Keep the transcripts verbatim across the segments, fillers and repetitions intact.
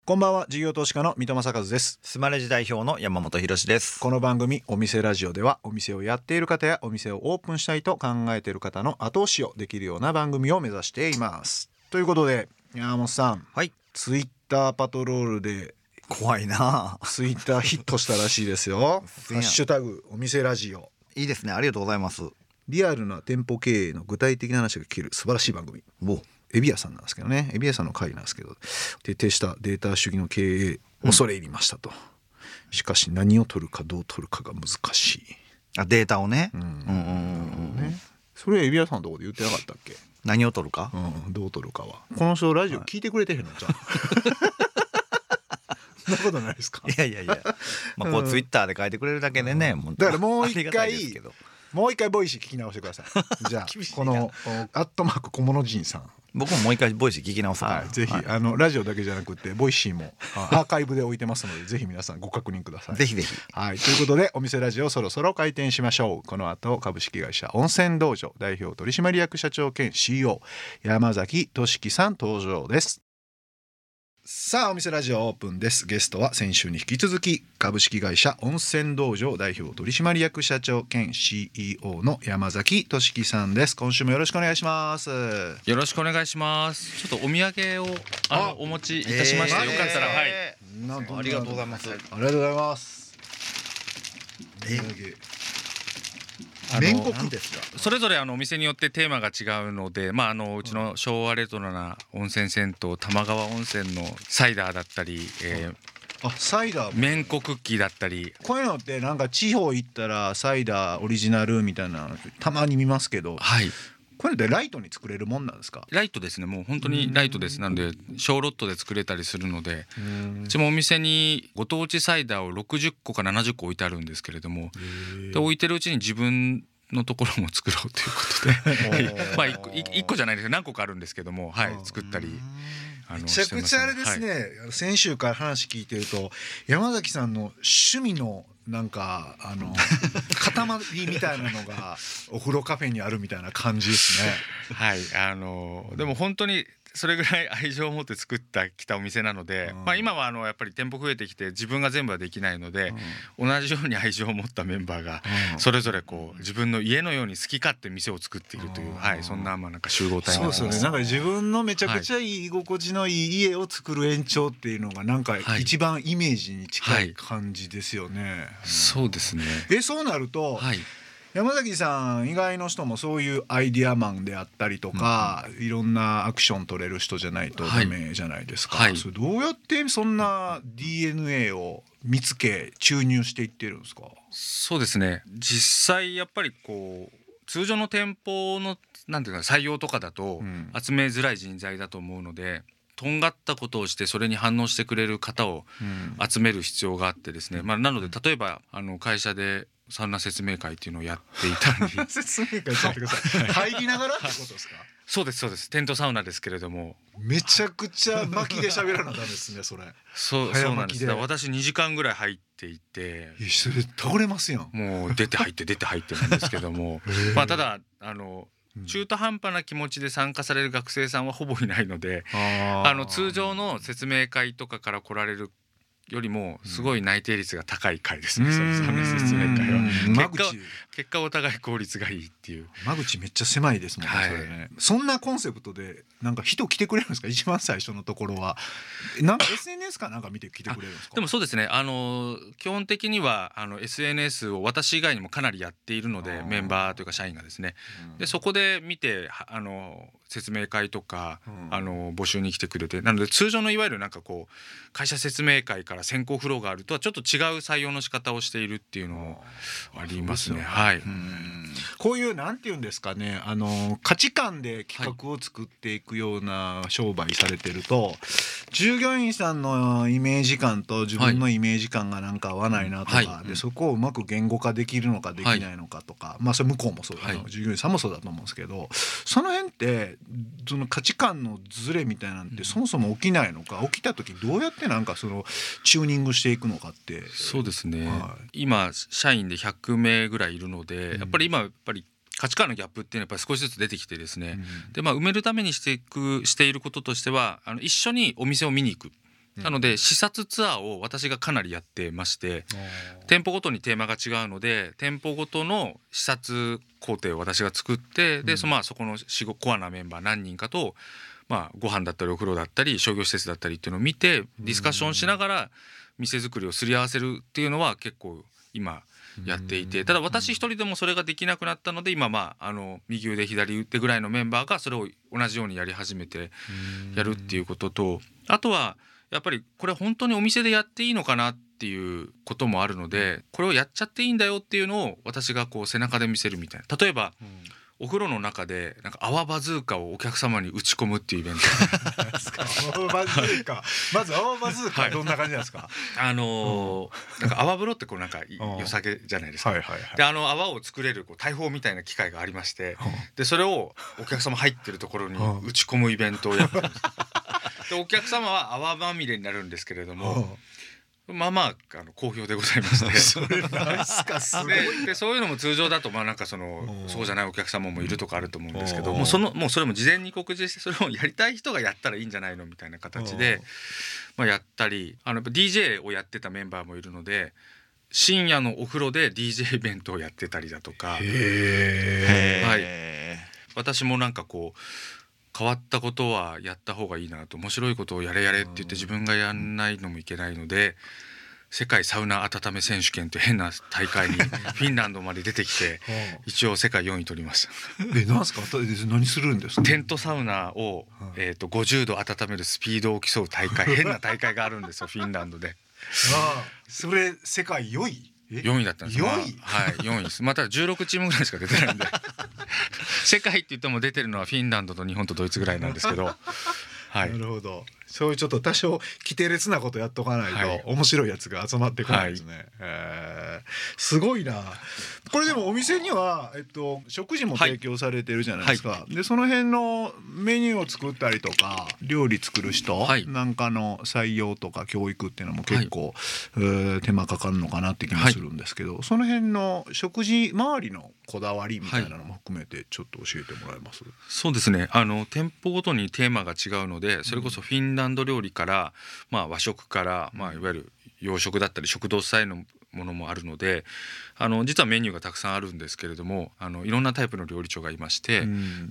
こんばんは、事業投資家の三戸正和です。 スマレジ代表の山本博史です。 この番組お店ラジオでは、お店をやっている方やお店をオープンしたいと考えている方の後押しをできるような番組を目指しています。ということで、山本さん、 はい、 ツイッターパトロールで怖いな。 ツイッターヒットしたらしいですよ。ハッシュタグお店ラジオ、 いいですね、ありがとうございます。 リアルな店舗経営の具体的な話が聞ける素晴らしい番組。おエビ屋さんなんですけどね、エビ屋さんの会なんですけど、徹底したデータ主義の経営恐れ入りましたと、うん、しかし何を取るかどう取るかが難しい。 あ、データをね、うんうんうんね、それエビ屋さんのとこで言ってなかったっけ、 何を取るか、 うん、どう取るかは。この人ラジオ聞いてくれてへんのじゃん、はいそんなことないですか。 いやいやいや、まあこうツイッターで書いてくれるだけでね、うん、もうだからもう一回もう一回ボイシー聞き直してください。じゃあこのアットマーク小物人さん、 僕ももう一回ボイシー聞き直そうかな、 はい、ぜひ、はい、あのラジオだけじゃなくてボイシーもアーカイブで置いてますのでぜひ皆さんご確認ください。 ぜひぜひ、 はい、ということでお店ラジオそろそろ開店しましょう。この後株式会社温泉道場代表取締役社長兼 シーイーオー 山崎俊樹さん登場です。さあお店ラジオオープンです。ゲストは先週に引き続き株式会社温泉道場代表取締役社長兼 シーイーオー の山崎俊樹さんです。今週もよろしくお願いします。 よろしくお願いします。ちょっとお土産をあのお持ちいたしました、えー、よかったら、はい、 なんとありがとうございます。 ありがとうございます。 えー綿国ですか。それぞれあのお店によってテーマが違うので、まあ、あのうちの昭和レトロな温泉銭湯玉川温泉のサイダーだったり、えー、あサイダー綿子クッキーだったり、 こういうのってなんか地方行ったらサイダーオリジナルみたいなのたまに見ますけど、 はい、 これでライトに作れるもんなんですか。 ライトですね、もう本当にライトです。なので小ロットで作れたりするので、うちもお店にご当地サイダーをろくじゅっこかななじゅっこ置いてあるんですけれども、で置いてるうちに自分のところも作ろうということでまあいっこ、いっこじゃないですけど何個かあるんですけども、はい、作ったりあのめちゃくちゃあれですね、はい、先週から話聞いてると山崎さんの趣味のなんかあの塊みたいなのがお風呂カフェにあるみたいな感じですね。 はい、あのでも本当にそれぐらい愛情を持って作ったきたお店なので、まあ、今はあのやっぱり店舗増えてきて自分が全部はできないので、同じように愛情を持ったメンバーがそれぞれこう自分の家のように好き勝手店を作っているという、はい、そんなまあなんか集合体になってます。 そうですよね。なんか自分のめちゃくちゃいい居心地のいい家を作る延長っていうのがなんか一番イメージに近い感じですよね。はいはい、 そうですね。 えそうなると、はい、山崎さん以外の人もそういうアイディアマンであったりとか、うん、いろんなアクション取れる人じゃないとダメじゃないですか。はいはい、それどうやってそんな ディーエヌエー を見つけ注入していってるんですか。 そうですね、実際やっぱりこう通常の店舗のなんていうか採用とかだと集めづらい人材だと思うので、とんがったことをしてそれに反応してくれる方を集める必要があってですね、まあ、なので例えばあの会社でサウナ説明会っていうのをやっていたり説明会やってください。入りながらってことですか。 そうですそうです、テントサウナですけれども、 めちゃくちゃ巻きで喋らなダメですねそれ。 そうそうなんです。私にじかんぐらい入っていて、 それ倒れますやん。 もう出て入って出て入ってなんですけどもまあただあの中途半端な気持ちで参加される学生さんはほぼいないので、あの通常の説明会とかから来られるよりもすごい内定率が高い会ですね、うん、そのサウナ説明会は結果結果お互い効率がいいっていう。 間口めっちゃ狭いですもんね、はい、それね。そんなコンセプトでなんか人来てくれるんですか。一番最初のところはなんか エスエヌエス かなんか見て来てくれるんですか。 でもそうですね、あの基本的にはあの エスエヌエス を私以外にもかなりやっているので、メンバーというか社員がですね、でそこで見てあの説明会とか、うん、あの募集に来てくれて、なので通常のいわゆるなんかこう会社説明会から先行フローがあるとはちょっと違う採用の仕方をしているっていうのもありますね。はい、うん、 こういうなんていうんですかね、あの価値観で企画を作っていくような商売されてると、はい、従業員さんのイメージ感と自分のイメージ感がなんか合わないなとか、はい、でそこをうまく言語化できるのかできないのかとか、はい、まあそれ向こうもそうだ、はい、従業員さんもそうだと思うんですけど、その辺ってその価値観のズレみたいなんてそもそも起きないのか、起きた時どうやってなんかそのチューニングしていくのかって。 そうですね、 はい、 今社員でひゃくめいぐらいいるので、うん、やっぱり今やっぱり価値観のギャップっていうのはやっぱり少しずつ出てきてですね、うん、でまあ埋めるためにしていくしていることとしては、あの一緒にお店を見に行くっなので視察ツアーを私がかなりやってまして、店舗ごとにテーマが違うので店舗ごとの視察工程を私が作って、でそまあそこのよん、ごコアなメンバー何人かとまあご飯だったりお風呂だったり商業施設だったりっていうのを見てディスカッションしながら店作りをすり合わせるっていうのは結構今やっていて、ただ私一人でもそれができなくなったので今まああの右腕左腕ぐらいのメンバーがそれを同じようにやり始めてやるっていうことと、あとはやっぱりこれ本当にお店でやっていいのかなっていうこともあるので、これをやっちゃっていいんだよっていうのを私がこう背中で見せるみたいな。例えばお風呂の中でなんか泡バズーカをお客様に打ち込むっていうイベント泡バズーカ、まず泡バズーカはどんな感じなんですか？ あのー、なんか泡風呂ってこうなんか良さげじゃないですか。であの泡を作れるこう大砲みたいな機械がありまして、でそれをお客様入ってるところに打ち込むイベントをやってるんですでお客様は泡まみれになるんですけれども、まあまああの好評でございましてそれなんすか、すごいででそういうのも通常だとまあなんかそのそうじゃないお客様もいるとかあると思うんですけど、もうそのもうそれも事前に告示してそれをやりたい人がやったらいいんじゃないのみたいな形でまあやったり、あのやっぱ ディージェー をやってたメンバーもいるので深夜のお風呂で ディージェー イベントをやってたりだとか、 へー、 はい、私もなんかこう変わったことはやった方がいいなと、面白いことをやれやれって言って自分がやんないのもいけないので、世界サウナ温め選手権という変な大会にフィンランドまで出てきて一応世界よんい取りました。 え、なんすか、何するんですか？ テントサウナを、えー、とごじゅうど温めるスピードを競う大会、変な大会があるんですよフィンランドで。 ああ、それ世界よんい？ よんいだったんですよ。 よんい、 まあ、はいよんいです。またじゅうろくチームぐらいしか出てないんで世界って言っても出てるのはフィンランドと日本とドイツぐらいなんですけど、はい、 なるほど。そういうちょっと多少規定列なことやっとかないと、はい、面白いやつが集まってこないですね、はい、えー、すごいな。これでもお店には、えっと、食事も提供されてるじゃないですか、はい、でその辺のメニューを作ったりとか料理作る人、はい、なんかの採用とか教育っていうのも結構、はい、えー、手間かかるのかなって気もするんですけど、はい、その辺の食事周りのこだわりみたいなのも含めてちょっと教えてもらえます？はい、 そうですね、あの店舗ごとにテーマが違うので、それこそフィンランド料理から、まあ、和食から、まあ、いわゆる洋食だったり食堂スタイルのものもあるので、あの実はメニューがたくさんあるんですけれども、あのいろんなタイプの料理長がいまして、うん、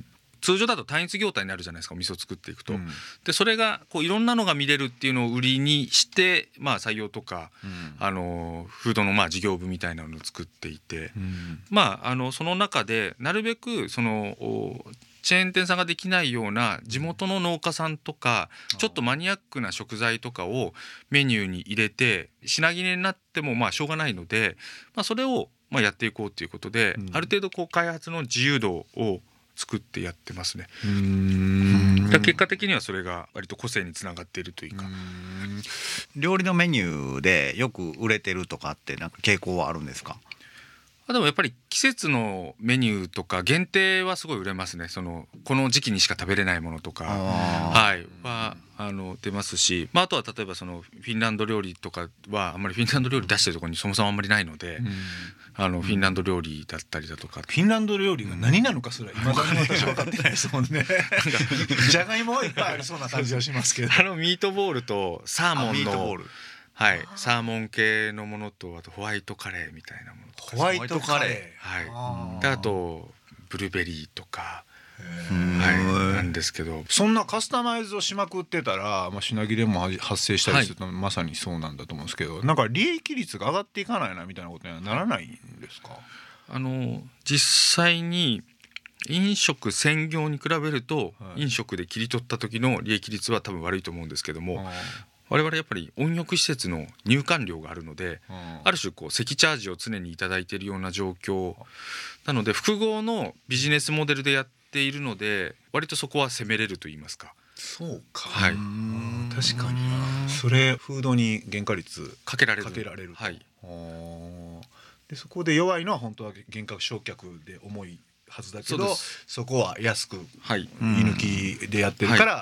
通常だと単一業態になるじゃないですか、お店を作っていくと、うん、でそれがこういろんなのが見れるっていうのを売りにして、まあ、採用とか、うん、あのフードのまあ事業部みたいなのを作っていて、うん、まあ、あのその中でなるべくそのチェーン店さんができないような地元の農家さんとかちょっとマニアックな食材とかをメニューに入れて品切れになってもまあしょうがないので、まあ、それをまあやっていこうということで、うん、ある程度こう開発の自由度を作ってやってますね。うーん、結果的にはそれが割と個性につながっているというか。うーん、 料理のメニューでよく売れてるとかってなんか傾向はあるんですか？ でもやっぱり季節のメニューとか限定はすごい売れますね。そのこの時期にしか食べれないものとか、はい、はあの出ますし、まあ、あとは例えばそのフィンランド料理とかはあんまりフィンランド料理出してるところにそもそもあんまりないので、うん、あのフィンランド料理だったりだとか、 フィンランド料理が何なのかすら今だに私分かってないですもんねじゃがいもはいっぱいありそうな感じはしますけどあのミートボールとサーモンのはい、サーモン系のものと、あとホワイトカレーみたいなものとか、 ホワイトカレー、 はい、であとブルーベリーとか、はい、なんですけど、 そんなカスタマイズをしまくってたら、まあ、品切れも発生したりすると、はい、まさにそうなんだと思うんですけど、なんか利益率が上がっていかないなみたいなことにはならないんですか？ あの実際に飲食専業に比べると、はい、飲食で切り取った時の利益率は多分悪いと思うんですけども、我々やっぱり温浴施設の入館料があるので、うん、ある種こう席チャージを常にいただいているような状況なので、複合のビジネスモデルでやっているので割とそこは攻めれると言いますか。 そうか、 はい、 確かにな。それフードに原価率かけられる、 かけられると、 はい、 でそこで弱いのは本当は原価償却で重いはずだけど、 そ, そこは安く居抜きでやってるから、はい、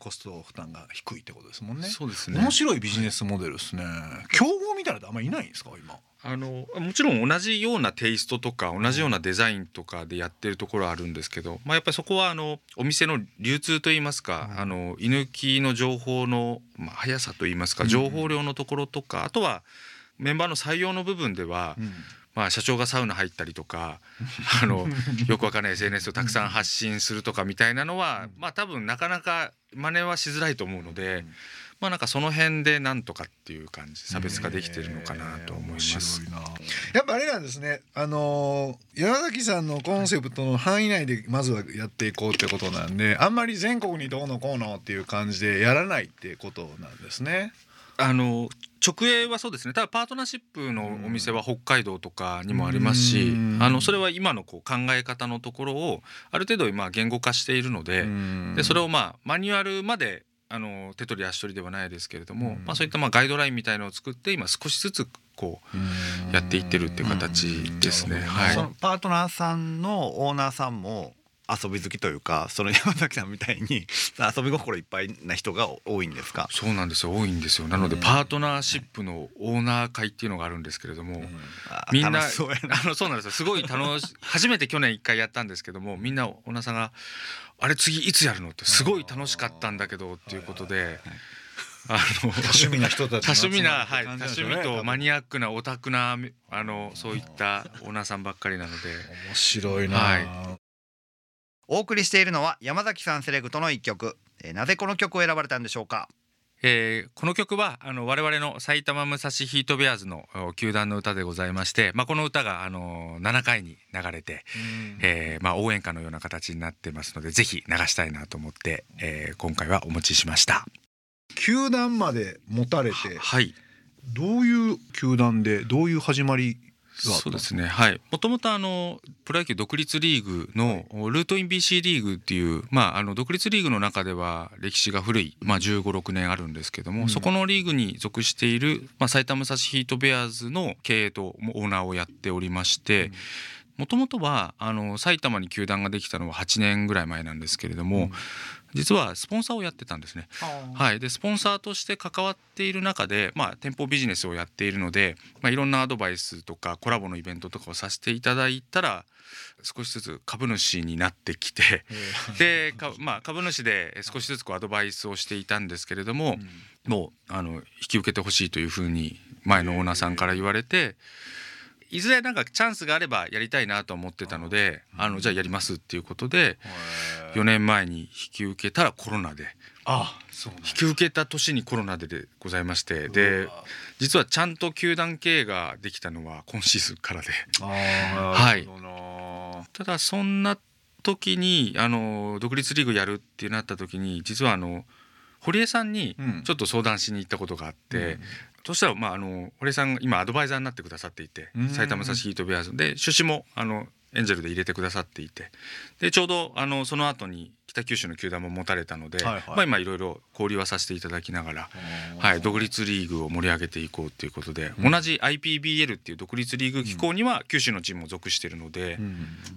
コスト負担が低いってことですもんね。 そうですね。 面白いビジネスモデルですね。競合みたいなのってあんまりいないんですか今。 あのもちろん同じようなテイストとか同じようなデザインとかでやってるところはあるんですけど、まあ、やっぱりそこはあのお店の流通といいますか、うん、あの居抜きの情報の、まあ、速さといいますか情報量のところとか、うん、あとはメンバーの採用の部分では、うん、まあ、社長がサウナ入ったりとかあのよくわかんない エスエヌエス をたくさん発信するとかみたいなのは、まあ、多分なかなか真似はしづらいと思うので、まあ、なんかその辺でなんとかっていう感じ差別化できてるのかなと思います。 やっぱあれなんですね、あのー、山崎さんのコンセプトの範囲内でまずはやっていこうってことなんで、あんまり全国にどうのこうのっていう感じでやらないってことなんですね。 あの直営はそうですね。ただパートナーシップのお店は北海道とかにもありますし、あのそれは今のこう考え方のところをある程度今言語化しているので、でそれをまあマニュアルまであの手取り足取りではないですけれども、まあ、そういったまあガイドラインみたいのを作って今少しずつこうやっていってるっていう形ですね。はい、 そのパートナーさんのオーナーさんも遊び好きというか、その山崎さんみたいに遊び心いっぱいな人が多いんですか？ そうなんですよ、多いんですよ。なのでパートナーシップのオーナー会っていうのがあるんですけれども、うん、みんな楽しそうやな。 あのそうなんですよ、すごい楽し初めて去年いっかいやったんですけども、みんなオーナーさんがあれ次いつやるのってすごい楽しかったんだけどっていうことで、 あの多趣味な人たち多趣味な、はい、多趣味とマニアックなオタクなあのそういったオーナーさんばっかりなので面白いな、はい。 お送りしているのは山崎さんセレクトの一曲、えー、なぜこの曲を選ばれたんでしょうか？ えー、この曲はあの我々の埼玉武蔵ヒートベアーズの球団の歌でございまして、まあ、この歌があのななかいに流れて、えーまあ、応援歌のような形になってますのでぜひ流したいなと思って、えー、今回はお持ちしました。 球団まで持たれて、 はい、 どういう球団でどういう始まり？ そうですね、はい、もともとあのプロ野球独立リーグのルートイン ビーシー リーグっていう、まあ、あの独立リーグの中では歴史が古い、まあ、じゅうご、ろくねんあるんですけども、うん、そこのリーグに属している、まあ、埼玉武蔵ヒートベアーズの経営とオーナーをやっておりまして、もともとはあの埼玉に球団ができたのははちねんぐらい前なんですけれども、うん、実はスポンサーをやってたんですね。はい、でスポンサーとして関わっている中で、まあ、店舗ビジネスをやっているので、まあ、いろんなアドバイスとかコラボのイベントとかをさせていただいたら少しずつ株主になってきてでか、まあ、株主で少しずつこうアドバイスをしていたんですけれども、うん、もうあの引き受けてほしいというふうに前のオーナーさんから言われて、いずれなんかチャンスがあればやりたいなと思ってたので、あのじゃあやりますっていうことでよねんまえに引き受けたらコロナで、 ああそうなんです。 引き受けた年にコロナででございまして、で実はちゃんと球団経営ができたのは今シーズンからで、 あ、 はい、ただそんな時にあの独立リーグやるってなった時に実はあの堀江さんにちょっと相談しに行ったことがあって、うんうん、そしたら、まあ、あの堀江さんが今アドバイザーになってくださっていて、埼玉武蔵ヒートベアーズで出資もあのエンジェルで入れてくださっていて、でちょうどあのその後に北九州の球団も持たれたので、はいはい、まあ、今いろいろ交流はさせていただきながら、はい、独立リーグを盛り上げていこうということで、うん、同じ アイピービーエル っていう独立リーグ機構には九州のチームも属しているので、うん、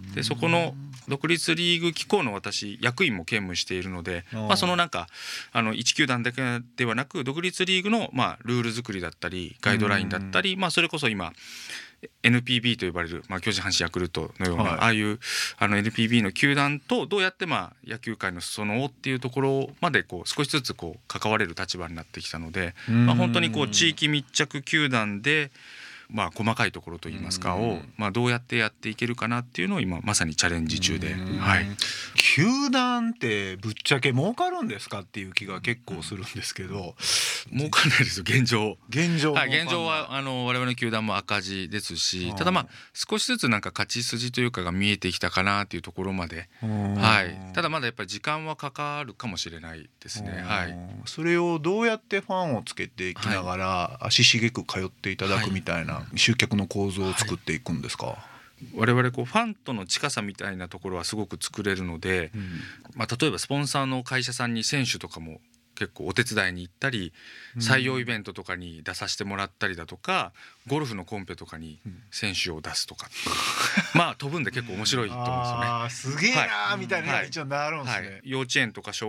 でそこの独立リーグ機構の私役員も兼務しているので、まあ、そのなんかあのいち球団だけではなく独立リーグのまあルール作りだったりガイドラインだったり、まあ、それこそ今エヌピービー と呼ばれる、まあ、巨人阪神ヤクルトのような、はい、ああいうあの エヌピービー の球団とどうやってまあ野球界の裾野をっていうところまでこう少しずつこう関われる立場になってきたので、まあ、本当にこう地域密着球団でまあ細かいところといいますかをまあどうやってやっていけるかなっていうのを今まさにチャレンジ中で、はい、 球団ってぶっちゃけ儲かるんですかっていう気が結構するんですけど、 儲かんないですよ現状。 現状、 はい、現状はあの我々の球団も赤字ですし、ただまあ少しずつなんか勝ち筋というかが見えてきたかなっていうところまで、はい、ただまだやっぱり時間はかかるかもしれないですね。はい、 それをどうやってファンをつけていきながら、はい、足しげく通っていただくみたいな集客の構造を作っていくんですか？はい、 我々こうファンとの近さみたいなところはすごく作れるので、うん、まあ、例えばスポンサーの会社さんに選手とかも結構お手伝いに行ったり、採用イベントとかに出させてもらったりだとか、ゴルフのコンペとかに選手を出すとか、うん、まあ飛ぶんで結構面白いと思うんですよね。 あ、すげえなーみたいな、はい、一応なるんですね。 はい、幼稚園とか小学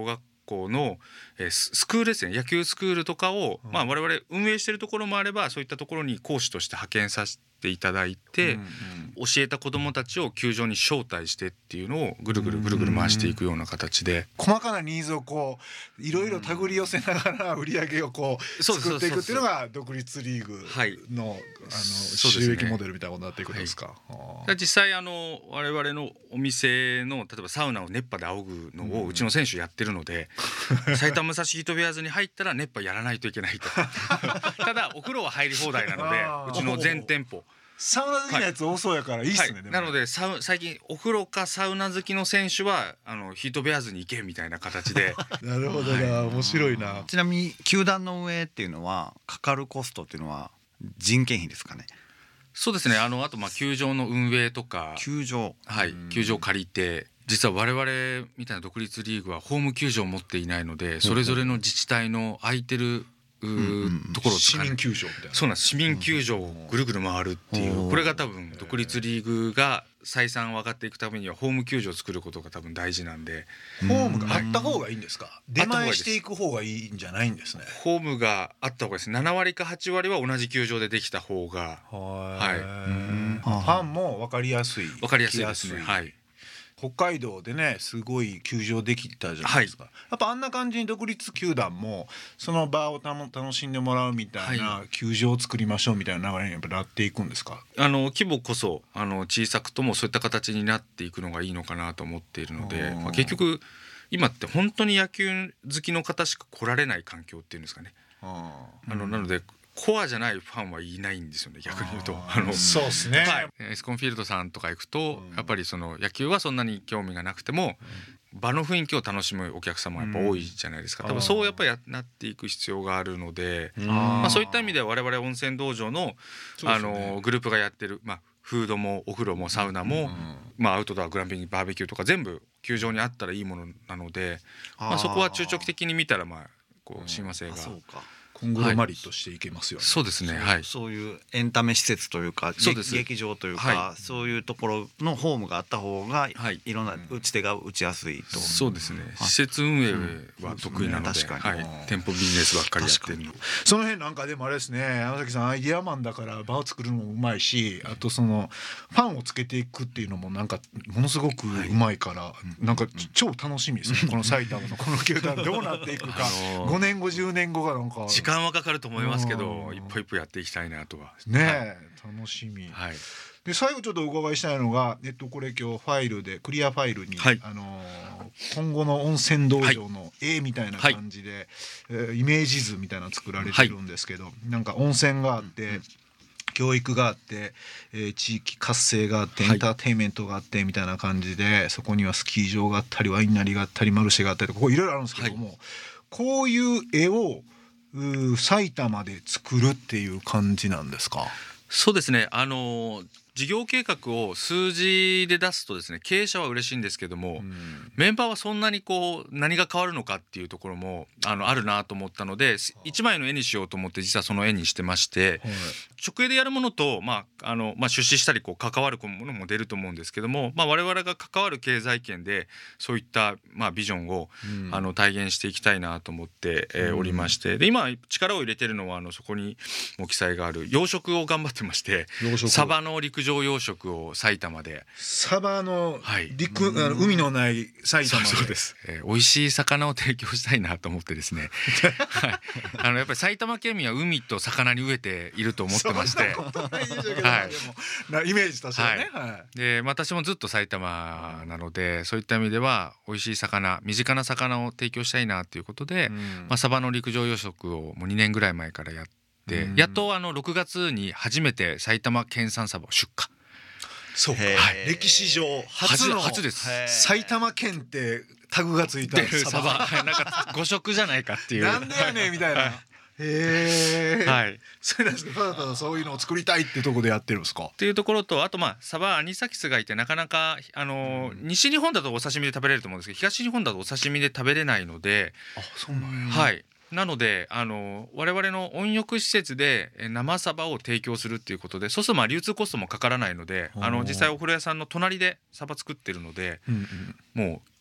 校の、えー、ススクールですね、野球スクールとかを、 うん、 まあ、我々運営しているところもあればそういったところに講師として派遣させていただいて、 うんうん、 教えた子どもたちを球場に招待してっていうのをぐるぐるぐるぐる回していくような形で、 細かなニーズをこういろいろ手繰り寄せながら売り上げをこう作っていくっていうのが独立リーグの、はい、あの収益モデルみたいなことになっていくんですか。 はい、実際あの我々のお店の例えばサウナを熱波で仰ぐのをうちの選手やってるので、うん、埼玉武蔵ヒートベアーズに入ったら熱波やらないといけないとただお風呂は入り放題なのでうちの全店舗サウナ好きなやつ多そうやからいいっすね、 はい、 でもなのでサウ最近お風呂かサウナ好きの選手はあのヒートベアーズに行けみたいな形でなるほどな、はい、面白いな。 ちなみに球団の運営っていうのはかかるコストっていうのは人件費ですかね。 そうですね、あのあとまあ球場の運営とか球場、 はい、球場借りて、実は我々みたいな独立リーグはホーム球場を持っていないのでそれぞれの自治体の空いてるところを市民球場みたいな、 そうなんです、市民球場をぐるぐる回るっていう、これが多分独立リーグが採算を上がっていくためにはホーム球場を作ることが多分大事なんで。 ホームがあった方がいいんですか。出前していく方がいいんじゃないんですね。 ホームがあった方がいいです。ななわりかはちわりは同じ球場でできた方が、はい、 ファンも分かりやすい、 分かりやすいですね。はい、 北海道でねすごい球場できたじゃないですか、はい、やっぱあんな感じに独立球団もその場をたも楽しんでもらうみたいな、球場を作りましょうみたいな流れにやっぱなっていくんですか。 あの規模こそあの小さくともそういった形になっていくのがいいのかなと思っているので、まあ、結局今って本当に野球好きの方しか来られない環境っていうんですかね。あのなのでコアじゃないファンはいないんですよね、逆に言うと。あのそうですね、 はい、エスコンフィールドさんとか行くと、うん、やっぱりその野球はそんなに興味がなくても、うん、場の雰囲気を楽しむお客様やっぱ多いじゃないですか、うん、多分そうやっぱりなっていく必要があるので、まあ、そういった意味では我々温泉道場 の, あのグループがやってる、まあ、フードもお風呂もサウナも、うんまあ、アウトドアグランピングバーベキューとか全部球場にあったらいいものなので、まあ、そこは中長期的に見たらまあこう親和性が、 そうかコングロマリットしていけますよね、 はい、そうですね、はい、 そういうエンタメ施設というか劇場というか、はい、そういうところのホームがあった方が、はい、いろんな打ち手が打ちやすいと、 そうですね、施設運営は得意なので、うん、確かに、はい、店舗ビジネスばっかりやってるの。 その辺なんかでもあれですね、山崎さんアイディアマンだから場を作るのもうまいし、あとそのファンをつけていくっていうのもなんかものすごくうまいから、はい、なんか超楽しみですね、うん、この埼玉のこの球団どうなっていくかごねんごじゅうねんごがなんか時間はかかると思いますけど、一歩一歩やっていきたいなとはねえ、はい、楽しみ、はい、で最後ちょっとお伺いしたいのが、えっと、これ今日ファイルでクリアファイルに、はい、あのー、今後の温泉道場の絵みたいな感じで、はい、えー、イメージ図みたいなの作られてるんですけど、はい、なんか温泉があって、うん、教育があって、えー、地域活性があって、エンターテインメントがあってみたいな感じで、そこにはスキー場があったりワイナリーがあったりマルシェがあったりとか、こういろいろあるんですけども、はい、こういう絵を埼玉で作るっていう感じなんですか。 そうですね、あの事業計画を数字で出すとですね、経営者は嬉しいんですけども、うん、メンバーはそんなにこう何が変わるのかっていうところも あのあるなと思ったので、いちまいの絵にしようと思って実はその絵にしてまして、はい、直営でやるものと、まああのまあ、出資したりこう関わるものも出ると思うんですけども、まあ、我々が関わる経済圏でそういった、まあ、ビジョンを、うん、あの体現していきたいなと思って、えー、おりまして、で今力を入れてるのはあのそこにも記載がある養殖を頑張ってまして、サバの陸上養殖を埼玉で、 サバの陸、はい、あの海のない埼玉で、 そうそうです、えー、美味しい魚を提供したいなと思ってですね、はい、あのやっぱり埼玉県民は海と魚に飢えていると思ってまして、 そんなことないでしょうけど、はい、でもイメージとしてはね、はいはい、 で私もずっと埼玉なので、そういった意味では美味しい魚、身近な魚を提供したいなということで、まあ、サバの陸上養殖をもうにねんぐらい前からやってでやっとあのろくがつに初めて埼玉県産サバを出荷。 そうか、はい、歴史上初の初です埼玉県ってタグがついたサバなんか誤色じゃないかっていうなんでやねんみたいな、はい、へえ、はい、それなんですか、ただただそういうのを作りたいってところでやってるんですかっていうところと、あとまあサバアニサキスがいてなかなかあの、うん、西日本だとお刺身で食べれると思うんですけど、東日本だとお刺身で食べれないので、 あ、そうなんや、 はい、なのであの我々の温浴施設で生サバを提供するっていうことで、そうするとまあ流通コストもかからないので、あの実際お風呂屋さんの隣でサバ作ってるので、うんうん、もう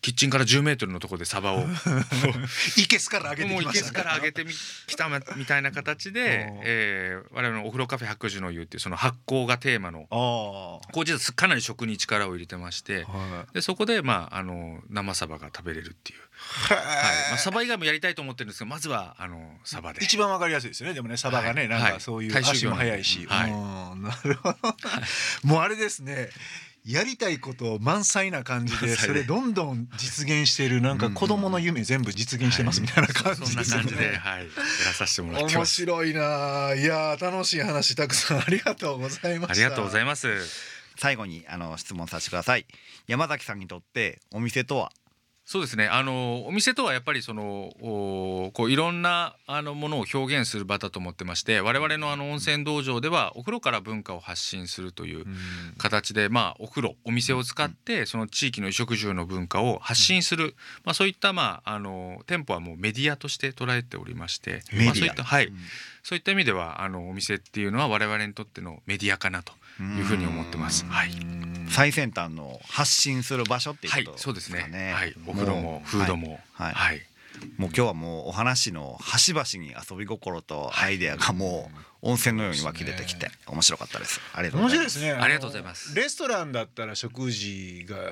キッチンからじゅうメートルのところでサバをいけすから上げてもういきましたね。 けすから上げてみきたみたいな形で、えー、我々のお風呂カフェ白寿の湯っていうその発酵がテーマのこう実はかなり食に力を入れてまして、はい、でそこで、まあ、あの生サバが食べれるっていう、はいまあ、サバ以外もやりたいと思ってるんですがまずはあのサバで一番わかりやすいですよね。でもねサバがね、はい、なんかそういう足も速いし、はい、うんなるほどもうあれですねやりたいこと満載な感じでそれどんどん実現してるなんか子供の夢全部実現してますみたいな感じですね。 そんな感じで、はい、やらさせてもらってます。 面白いな。いや楽しい話たくさんありがとうございました。 ありがとうございます。 最後にあの質問させてください。山崎さんにとってお店とは？ そうですねあのお店とはやっぱりそのこういろんなあのものを表現する場だと思ってまして我々のあの温泉道場ではお風呂から文化を発信するという形で、まあ、お風呂お店を使ってその地域の衣食住の文化を発信する、まあ、そういった、まあ、あの店舗はもうメディアとして捉えておりまして、まあ、そういった、はい、そういった意味ではあのお店っていうのは我々にとってのメディアかなというふうに思ってます。はい最先端の発信する場所っていうことですかね。 はい、そうですね。はい、お風呂もフードも、 はい、はい、もう今日はもうお話の端々に遊び心とアイデアがもう温泉のように湧き出てきて面白かったです。ありがとうございます。 面白いですね。 ありがとうございます。 レストランだったら食事が、はい、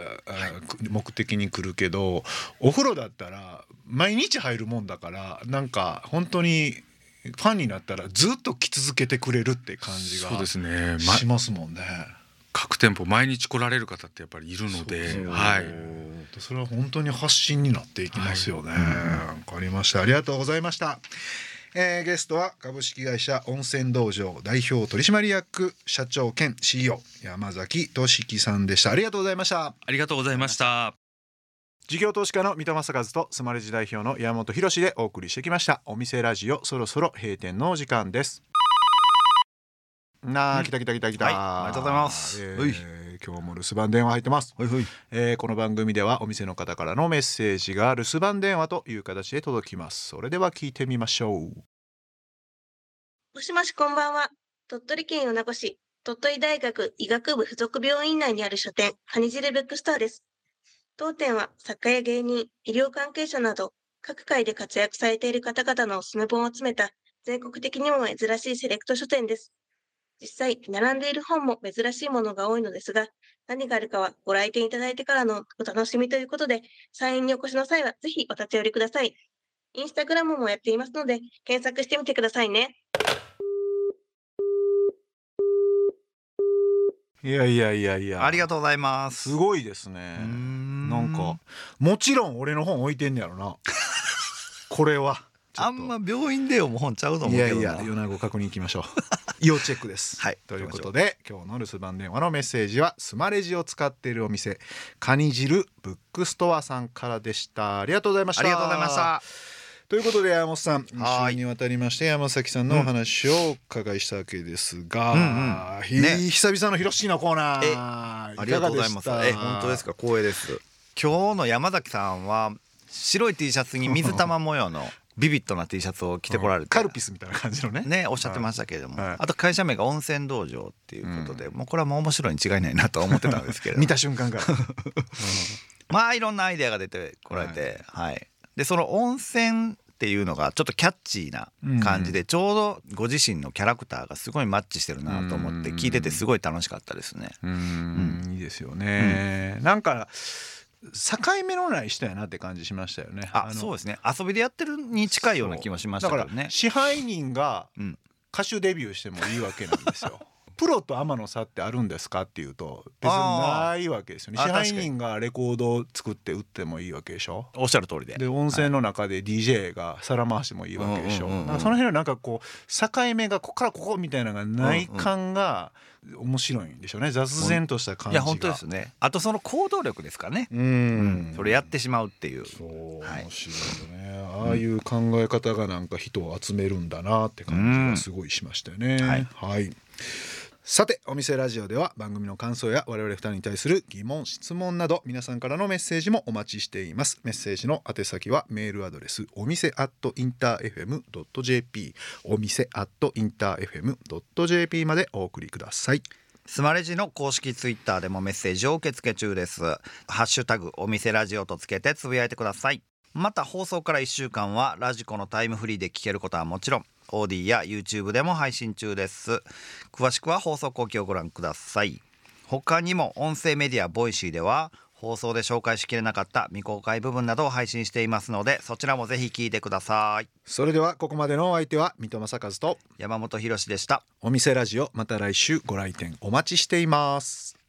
目的に来るけどお風呂だったら毎日入るもんだからなんか本当にファンになったらずっと来続けてくれるって感じがそうですね、 ま、しますもんね。 各店舗毎日来られる方ってやっぱりいるので、はい、 それは本当に発信になっていきますよね。わ、はい、かりました。ありがとうございました。えー、ゲストは株式会社温泉道場代表取締役社長兼 シーイーオー 山崎俊樹さんでした。ありがとうございました。 ありがとうございました。 事業投資家の三戸正和とスマレジ代表の山本博史でお送りしてきましたお店ラジオ。そろそろ閉店のお時間です。なあ、うん、来た来た来た来た、 はい、ありがとうございます、 えー、今日も留守番電話入ってます。はいはい、えー、この番組ではお店の方からのメッセージが留守番電話という形で届きます。それでは聞いてみましょう。 もしもし、こんばんは。鳥取県米子市鳥取大学医学部附属病院内にある書店蟹汁ブックストアです。当店は作家や芸人、医療関係者など各界で活躍されている方々のおすすめ本を集めた全国的にも珍しいセレクト書店です。実際、並んでいる本も珍しいものが多いのですが、何があるかはご来店いただいてからのお楽しみということで、サインにお越しの際はぜひお立ち寄りください。インスタグラムもやっていますので、検索してみてくださいね。 いやいやいやいや、 ありがとうございます。 すごいですね。んなんかもちろん俺の本置いてんねやろなこれはあんま病院で読む本ちゃうと思うけどな。 いやいや、米子確認いきましょう要チェックです、はい、ということで今日の留守番電話のメッセージはスマレジを使っているお店蟹汁ブックストアさんからでした。ありがとうございました。 ありがとうございました。 ということで山本さん、に週にわたりまして山崎さんのお話をお伺いしたわけですが、うんうんね、久々のひろしのコーナーありがとうございます。え本当ですか。光栄です。今日の山崎さんは白い T シャツに水玉模様のビビッドな T シャツを着てこられて、うん、 カルピスみたいな感じの ね, ねおっしゃってましたけれども、はい、あと会社名が温泉道場っていうことで、うん、もうこれはもう面白いに違いないなと思ってたんですけれども見た瞬間から、うん、 まあいろんなアイデアが出てこられて、はいはい、でその温泉っていうのがちょっとキャッチーな感じで、うん、ちょうどご自身のキャラクターがすごいマッチしてるなと思って聞いててすごい楽しかったですね。 うん、うん、いいですよね、うん、なんか境目のない人やなって感じしましたよね。 ああそうですね。遊びでやってるに近いような気もしましたけどね。だから支配人が歌手デビューしてもいいわけなんですよプロとアマの差ってあるんですかっていうと別にないわけですよね。支配人がレコードを作って売ってもいいわけでしょ。 おっしゃる通りで。 で温泉の中で ディージェー が皿回してもいいわけでしょ。その辺のなんかこう境目がここからここみたいなのがない感が面白いんでしょうね。雑然とした感じが。 いや本当ですね。あとその行動力ですかね。うん、うん、それやってしまうっていう。そう、 はい、面白いよね。ああいう考え方がなんか人を集めるんだなって感じがすごいしましたよね。うん、はい、はい。さてお店ラジオでは番組の感想や我々ふたりに対する疑問質問など皆さんからのメッセージもお待ちしています。メッセージの宛先はメールアドレスお店アットインターエフエムドットジェーピー お店アットインターエフエムドットジェーピー までお送りください。 スマレジの公式ツイッターでもメッセージを受け付け中です。ハッシュタグお店ラジオとつけてつぶやいてください。また放送からいっしゅうかんはラジコのタイムフリーで聞けることはもちろん オーディー や YouTube でも配信中です。詳しくは放送後期をご覧ください。他にも音声メディアボイシーでは放送で紹介しきれなかった未公開部分などを配信していますので、そちらもぜひ聞いてください。 それではここまでのお相手は水戸正和と山本博史でした。 お店ラジオ、また来週ご来店お待ちしています。